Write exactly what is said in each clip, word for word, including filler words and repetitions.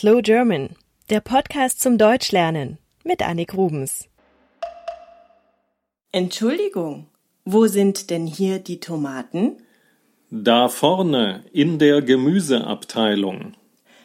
Slow German, der Podcast zum Deutschlernen mit Annik Rubens. Entschuldigung, wo sind denn hier die Tomaten? Da vorne in der Gemüseabteilung.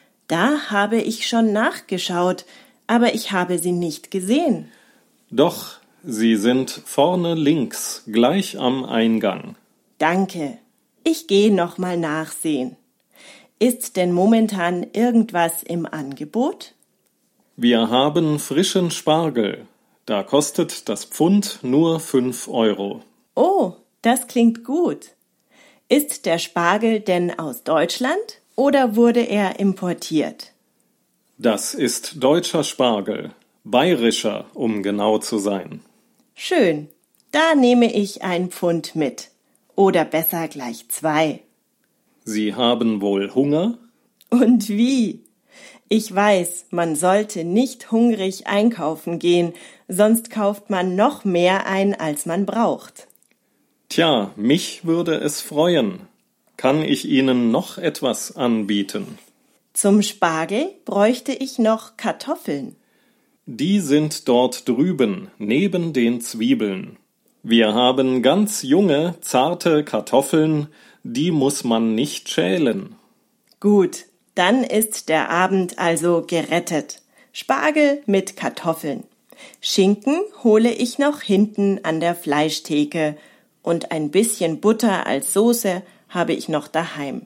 Da habe ich schon nachgeschaut, aber ich habe sie nicht gesehen. Doch, sie sind vorne links, gleich am Eingang. Danke. Ich gehe noch mal nachsehen. Ist denn momentan irgendwas im Angebot? Wir haben frischen Spargel. Da kostet das Pfund nur fünf Euro. Oh, das klingt gut. Ist der Spargel denn aus Deutschland oder wurde er importiert? Das ist deutscher Spargel, bayerischer, um genau zu sein. Schön, da nehme ich ein Pfund mit. Oder besser gleich zwei. Sie haben wohl Hunger? Und wie? Ich weiß, man sollte nicht hungrig einkaufen gehen, sonst kauft man noch mehr ein, als man braucht. Tja, mich würde es freuen. Kann ich Ihnen noch etwas anbieten? Zum Spargel bräuchte ich noch Kartoffeln. Die sind dort drüben, neben den Zwiebeln. Wir haben ganz junge, zarte Kartoffeln, die muss man nicht schälen. Gut, dann ist der Abend also gerettet. Spargel mit Kartoffeln. Schinken hole ich noch hinten an der Fleischtheke und ein bisschen Butter als Soße habe ich noch daheim.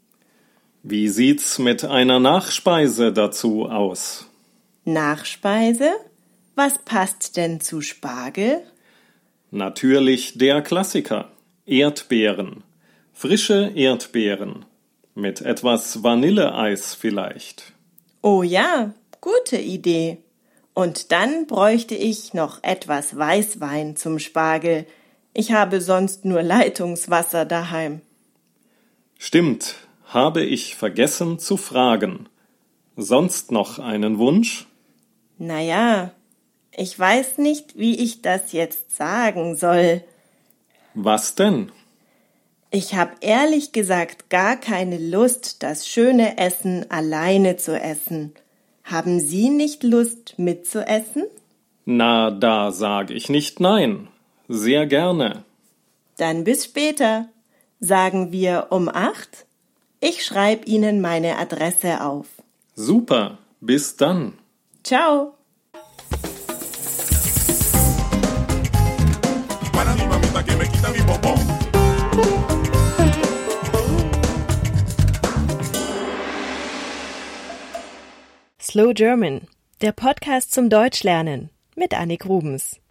Wie sieht's mit einer Nachspeise dazu aus? Nachspeise? Was passt denn zu Spargel? Natürlich der Klassiker. Erdbeeren. Frische Erdbeeren. Mit etwas Vanilleeis vielleicht. Oh ja, gute Idee. Und dann bräuchte ich noch etwas Weißwein zum Spargel. Ich habe sonst nur Leitungswasser daheim. Stimmt, habe ich vergessen zu fragen. Sonst noch einen Wunsch? Na ja, ich weiß nicht, wie ich das jetzt sagen soll. Was denn? Ich habe ehrlich gesagt gar keine Lust, das schöne Essen alleine zu essen. Haben Sie nicht Lust mitzuessen? Na, da sage ich nicht nein. Sehr gerne. Dann bis später. Sagen wir um acht? Ich schreibe Ihnen meine Adresse auf. Super, bis dann. Ciao. Slow German, der Podcast zum Deutschlernen mit Annik Rubens.